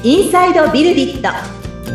インサイドビルディット。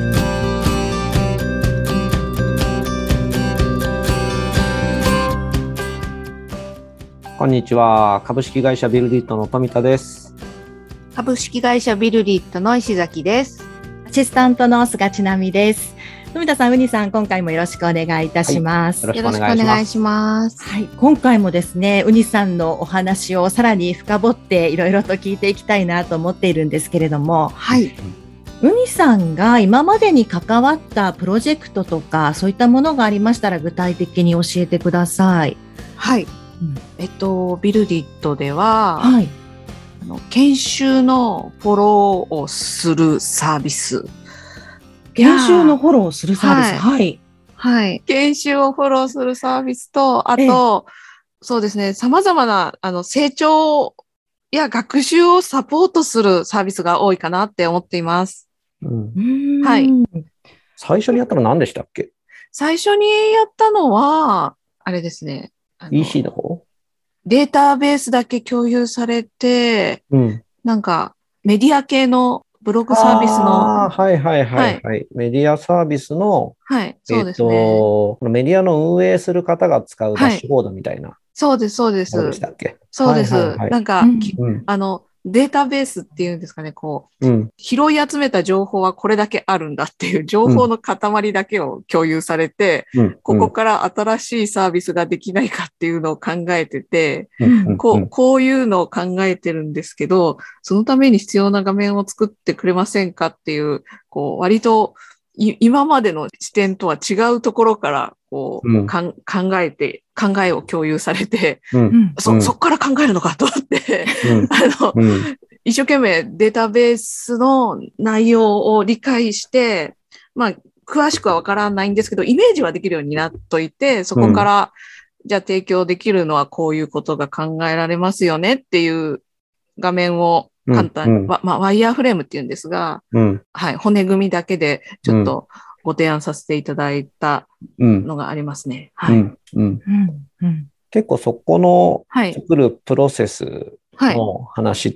こんにちは。株式会社ビルディットの富田です。 株式会社ビルディットの石崎です。 アシスタントの菅千奈美です。富田さん、ウニさん、今回もよろしくお願いいたします。 はい、 よろしくお願いします。 はい、今回もですね、ウニさんのお話をさらに深掘っていろいろと聞いていきたいなと思っているんですけれども、 はい。 ウニさんが今までに関わったプロジェクトとかそういったものがありましたら具体的に教えてください。 はい。ビルディットでは、 はい、 研修のフォローをするサービス。 研修のフォローをするサービス。はい。 はい。研修をフォローするサービスと、あと、そうですね、様々な、成長や学習をサポートするサービスが多いかなって思っています。はい。 最初にやったの何でしたっけ？ 最初にやったのは、あれですね。 EC の方？ データベースだけ共有されて、なんかメディア系のブログサービスの。 はい。メディアサービスの、 はい、そうですね。 メディアの運営する方が使うダッシュボードみたいな。 そうです。 そうでしたっけ？ そうです。なんか、データベースっていうんですかね、拾い集めた情報はこれだけあるんだっていう情報の塊だけを共有されて、ここから新しいサービスができないかっていうのを考えてて、こういうのを考えてるんですけど、そのために必要な画面を作ってくれませんかっていう、割と今までの視点とは違うところから、考えを共有されて、そこから考えるのかと思って、一生懸命データベースの内容を理解して、詳しくはわからないんですけど、イメージはできるようになっといて、そこから、じゃあ提供できるのはこういうことが考えられますよねっていう画面を簡単、ワイヤーフレームっていうんですが、はい、骨組みだけでちょっとご提案させていただいたのがありますね。はい。 結構そこの作るプロセスの話って、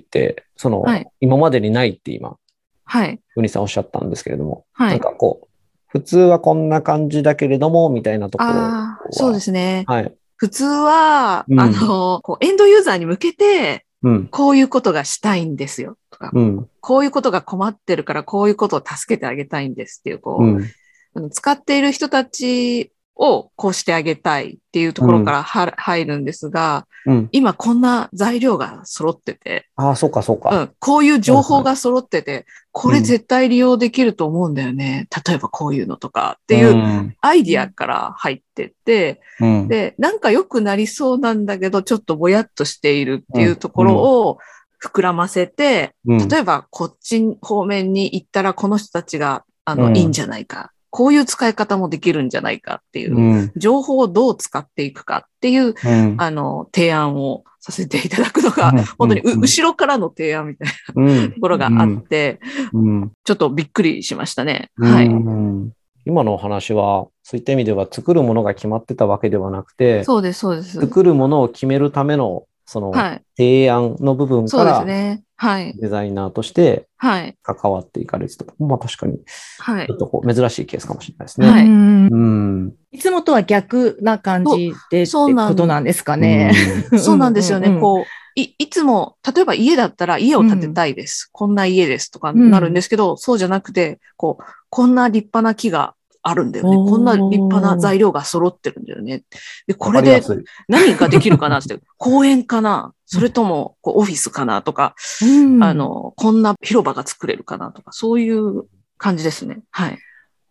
今までにないって今、ウニさんおっしゃったんですけれども、なんか普通はこんな感じだけれども、みたいなところは。 そうですね。普通は、エンドユーザーに向けて、こういうことがしたいんですよとか、こういうことが困ってるからこういうことを助けてあげたいんですっていう、使っている人たちをこうしてあげたいっていうところから入るんですが、今こんな材料が揃ってて、 そうか。 こういう情報が揃ってて、これ絶対利用できると思うんだよね。例えばこういうのとかっていうアイディアから入ってって、で、なんか良くなりそうなんだけど、ちょっとぼやっとしているっていうところを膨らませて、例えばこっち方面に行ったらこの人たちがいいんじゃないか。こういう使い方もできるんじゃないかっていう、情報をどう使っていくかっていう、提案をさせていただくのが、本当に後ろからの提案みたいなところがあって、ちょっとびっくりしましたね。はい。 今のお話は、そういった意味では作るものが決まってたわけではなくて、 そうです、そうです。 作るものを決めるための、提案の部分から、デザイナーとして関わっていかれてた。確かに、ちょっと珍しいケースかもしれないですね。 いつもとは逆な感じでってことなんですかね。 そうなんですよね。いつも、例えば家だったら家を建てたいです。こんな家ですとかなるんですけど、そうじゃなくて、こんな立派な木があるんだよね。こんな立派な材料が揃ってるんだよね。で、これで何ができるかなって、公園かなそれともオフィスかなとか、こんな広場が作れるかなとか、そういう感じですね。はい。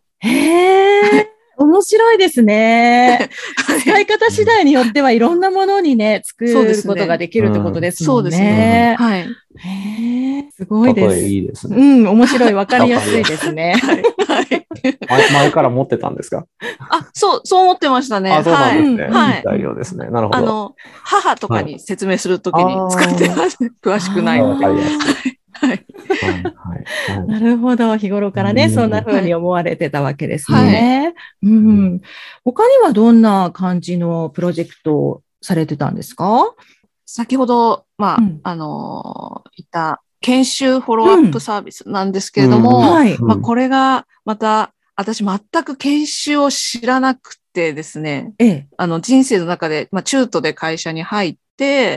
面白いですね。使い方次第によってはいろんなものにね、作ることができるってことですもんね。そうですね。 はい。 すごいです。 いいですね。 面白い。わかりやすいですね。 前から持ってたんですか？ そう思ってましたね。 そうなんですね。いい材料ですね。なるほど。 母とかに説明するときに使ってます。詳しくないので。 なるほど。日頃からね、そんな風に思われてたわけですね。他にはどんな感じのプロジェクトをされてたんですか？ 先ほど、言った、 研修フォローアップサービスなんですけれども、これがまた、私全く研修を知らなくてですね、人生の中で、中途で会社に入って、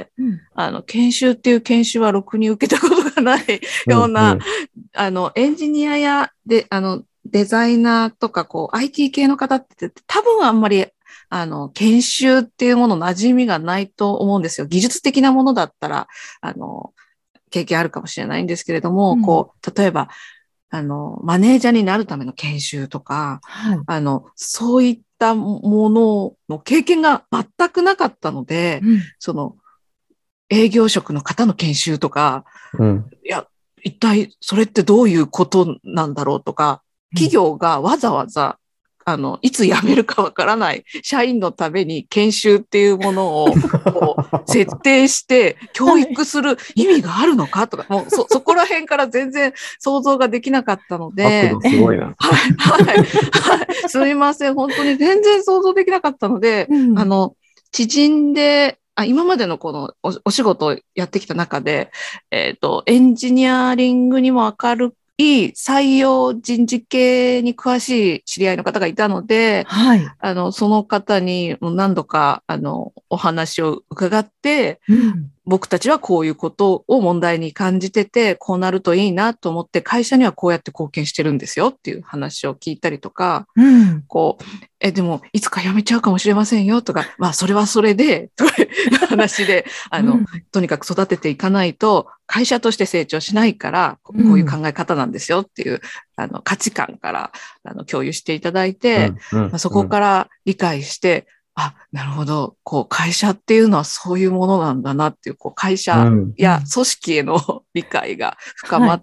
研修っていう研修はろくに受けたことがないような、エンジニアやで、デザイナーとか、IT 系の方って多分あんまり、研修っていうもの馴染みがないと思うんですよ。技術的なものだったら、経験あるかもしれないんですけれども、例えば、マネージャーになるための研修とか、そういったものの経験が全くなかったので、営業職の方の研修とか、いや、一体それってどういうことなんだろうとか、企業がわざわざ、いつ辞めるかわからない社員のために研修っていうものを設定して教育する意味があるのかとか、もうそこら辺から全然想像ができなかったので。 すごいな。 すみません。本当に全然想像できなかったので、知人で、今までのこのお仕事をやってきた中で、エンジニアリングにも明る採用人事系に詳しい知り合いの方がいたので、その方に何度か、お話を伺って、僕たちはこういうことを問題に感じてて、こうなるといいなと思って会社にはこうやって貢献してるんですよっていう話を聞いたりとか、でもいつか辞めちゃうかもしれませんよとか、それはそれで、という話で、とにかく育てていかないと会社として成長しないから、こういう考え方なんですよっていう、価値観から、共有していただいて、そこから理解して、なるほど。会社っていうのはそういうものなんだなっていう、会社や組織への理解が深まって、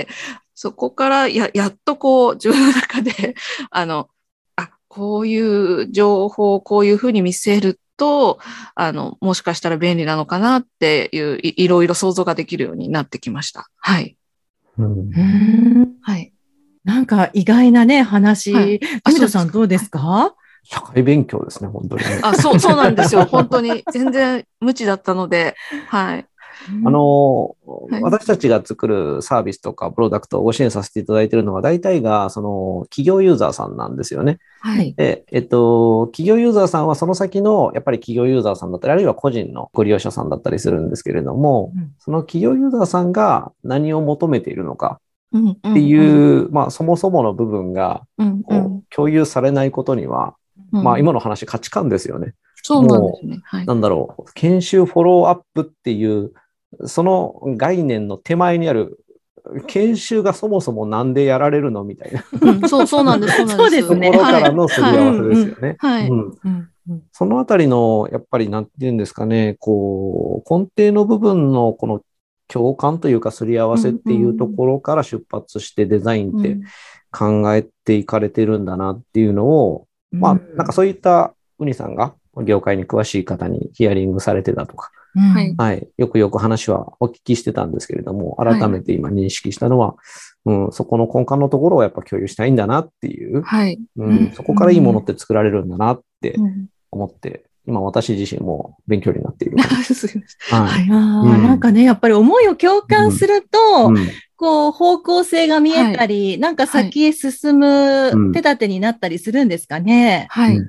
そこからやっと自分の中で、こういう情報をこういうふうに見せると、もしかしたら便利なのかなっていう、いろいろ想像ができるようになってきました。はい。 はい。なんか意外なね、話。富田さんどうですか？ 社会勉強ですね、本当に。 そうなんですよ。本当に。全然無知だったので。はい。 私たちが作るサービスとかプロダクトをご支援させていただいているのは、大体が、企業ユーザーさんなんですよね。 はい。 で、企業ユーザーさんはその先の、やっぱり企業ユーザーさんだったり、あるいは個人のご利用者さんだったりするんですけれども、その企業ユーザーさんが何を求めているのかっていう、そもそもの部分が、共有されないことには、今の話、価値観ですよね。 そうなんですね。はい。 なんだろう、研修フォローアップっていう、その概念の手前にある、研修がそもそもなんでやられるのみたいな。 そうなんです。 そうですね。 ところからのすり合わせですよね。そのあたりの、やっぱりなんて言うんですかね、根底の部分のこの共感というかすり合わせっていうところから出発してデザインって考えていかれてるんだなっていうのを、なんかそういったウニさんが業界に詳しい方にヒアリングされてたとか、よく話はお聞きしてたんですけれども、改めて今認識したのは、そこの根幹のところをやっぱ共有したいんだなっていう、そこからいいものって作られるんだなって思って、今私自身も勉強になっている。 なんかね、やっぱり思いを共感すると、方向性が見えたり、なんか先へ進む手立てになったりするんですかね。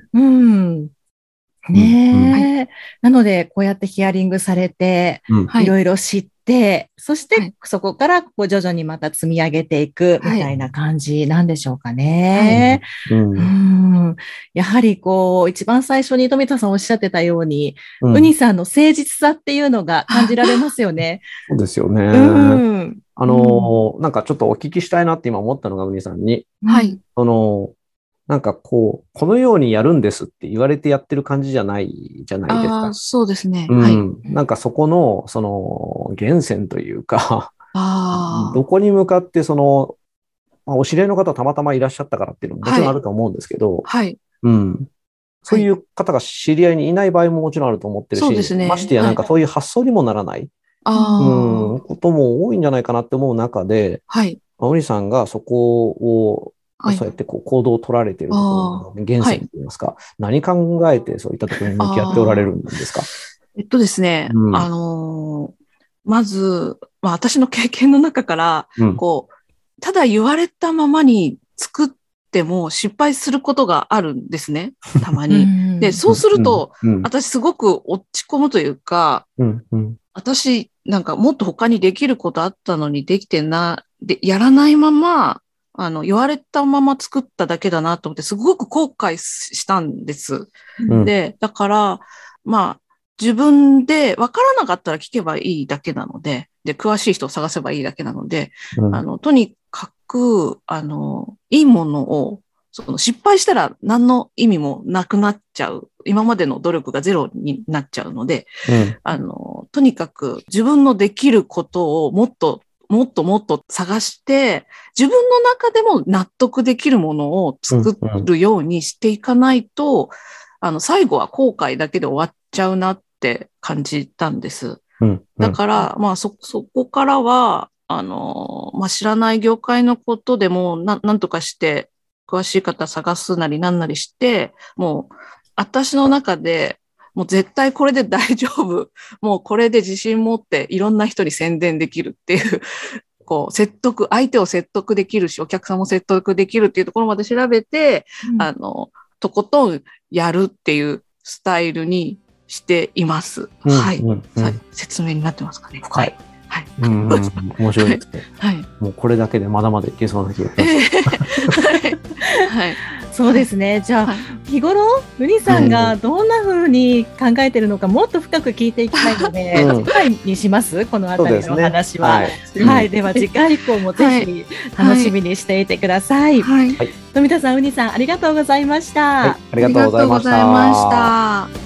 ねえ。なので、こうやってヒアリングされて、いろいろ知って、そしてそこから徐々にまた積み上げていくみたいな感じなんでしょうかね。やはり一番最初に富田さんおっしゃってたように、ウニさんの誠実さっていうのが感じられますよね。 そうですよね。なんかちょっとお聞きしたいなって今思ったのがウニさんに。なんかこのようにやるんですって言われてやってる感じじゃないじゃないですか。 そうですね。 なんかそこの、源泉というか、どこに向かってお知り合いの方たまたまいらっしゃったからっていうのももちろんあると思うんですけど、そういう方が知り合いにいない場合ももちろんあると思ってるし、ましてやなんかそういう発想にもならない、ことも多いんじゃないかなって思う中で、ウニさんがそこをそうやって行動を取られているところの源泉といいますか、何考えてそういったところに向き合っておられるんですか？ ですね、 まず、私の経験の中から、ただ言われたままに作っても失敗することがあるんですね。たまに。で、そうすると、私すごく落ち込むというか、私なんかもっと他にできることあったのにできてで、やらないまま、言われたまま作っただけだなと思って、すごく後悔したんです。で、だから、自分で分からなかったら聞けばいいだけなので、詳しい人を探せばいいだけなので、とにかく、いいものを、失敗したら何の意味もなくなっちゃう。今までの努力がゼロになっちゃうので、とにかく自分のできることをもっと探して、自分の中でも納得できるものを作るようにしていかないと、最後は後悔だけで終わっちゃうなって感じたんです。だから、そこからは、知らない業界のことでもなんとかして、詳しい方探すなりなんなりして、もう、私の中で、もう絶対これで大丈夫。もうこれで自信持っていろんな人に宣伝できるっていう、相手を説得できるし、お客さんも説得できるっていうところまで調べて、とことんやるっていうスタイルにしています。はい。説明になってますかね。 はい。はい。面白いですね。はい。もうこれだけでまだまだいけそうな気がします。 はい。そうですね。じゃあ、日頃、ウニさんがどんな風に考えてるのか、もっと深く聞いていきたいので、次回にしますこのあたりのお話は。はい。では、次回以降もぜひ楽しみにしていてください。はい。富田さん、ウニさん、ありがとうございました。 ありがとうございました。